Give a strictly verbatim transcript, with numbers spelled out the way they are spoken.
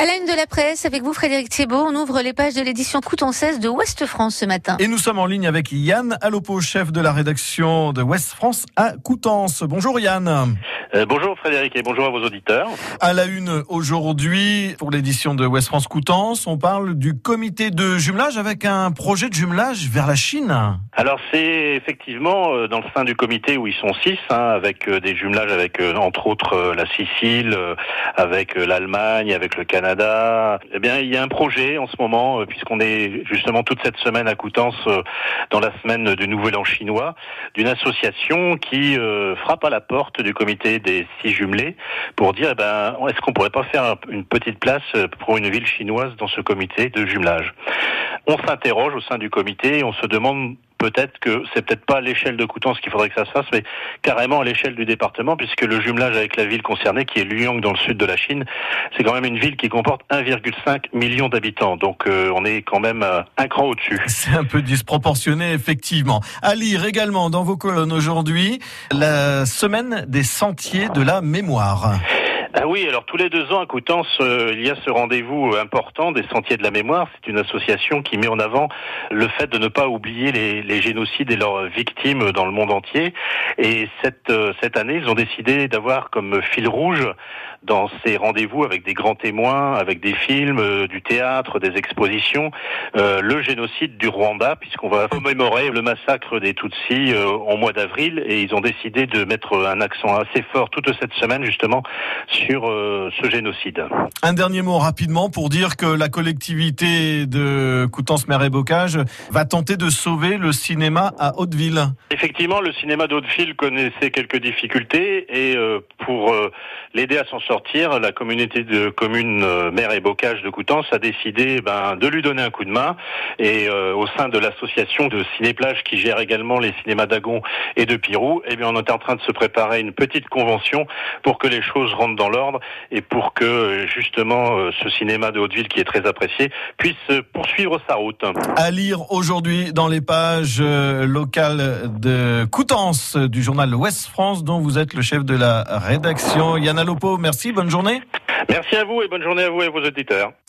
À la une de la presse, avec vous Frédéric Thiebaud, on ouvre les pages de l'édition Coutançaise de Ouest France ce matin. Et nous sommes en ligne avec Yann Alopo, chef de la rédaction de Ouest France à Coutances. Bonjour Yann. Euh, bonjour Frédéric et bonjour à vos auditeurs. À la une aujourd'hui, pour l'édition de Ouest France Coutances, on parle du comité de jumelage avec un projet de jumelage vers la Chine. Alors c'est effectivement euh, dans le sein du comité où ils sont six, hein, avec euh, des jumelages avec euh, entre autres euh, la Sicile, euh, avec euh, l'Allemagne, avec le Canada. Eh bien il y a un projet en ce moment, euh, puisqu'on est justement toute cette semaine à Coutances, euh, dans la semaine du Nouvel An chinois, d'une association qui euh, frappe à la porte du comité des six jumelés pour dire eh ben est-ce qu'on pourrait pas faire une petite place pour une ville chinoise dans ce comité de jumelage. On s'interroge au sein du comité et on se demande peut-être que c'est peut-être pas à l'échelle de Coutances qu'il faudrait que ça se fasse, mais carrément à l'échelle du département, puisque le jumelage avec la ville concernée, qui est Luoyang dans le sud de la Chine, c'est quand même une ville qui comporte un virgule cinq million d'habitants. Donc euh, on est quand même euh, un cran au-dessus. C'est un peu disproportionné, effectivement. À lire également dans vos colonnes aujourd'hui, la semaine des sentiers de la mémoire. Ah oui, alors tous les deux ans à Coutances, euh, il y a ce rendez-vous important des Sentiers de la Mémoire. C'est une association qui met en avant le fait de ne pas oublier les, les génocides et leurs victimes dans le monde entier. Et cette, euh, cette année, ils ont décidé d'avoir comme fil rouge dans ces rendez-vous avec des grands témoins, avec des films, euh, du théâtre, des expositions, euh, le génocide du Rwanda, puisqu'on va commémorer le massacre des Tutsis euh, en mois d'avril. Et ils ont décidé de mettre un accent assez fort toute cette semaine justement sur euh, ce génocide. Un dernier mot rapidement pour dire que la collectivité de Coutances-Mer et Bocage va tenter de sauver le cinéma à Hauteville. Effectivement, le cinéma d'Hauteville connaissait quelques difficultés et euh, pour euh, l'aider à s'en sortir, la communauté de communes euh, Mer et Bocage de Coutances a décidé ben, de lui donner un coup de main et euh, au sein de l'association de Cinéplage qui gère également les cinémas d'Agon et de Pirou, eh bien on est en train de se préparer une petite convention pour que les choses rentrent dans l'ordre et pour que justement euh, ce cinéma de Hauteville qui est très apprécié puisse poursuivre sa route. À lire aujourd'hui dans les pages euh, locales de Coutances du journal Ouest France dont vous êtes le chef de la rédaction. Yann Alopo, merci, bonne journée. Merci à vous et bonne journée à vous et à vos auditeurs.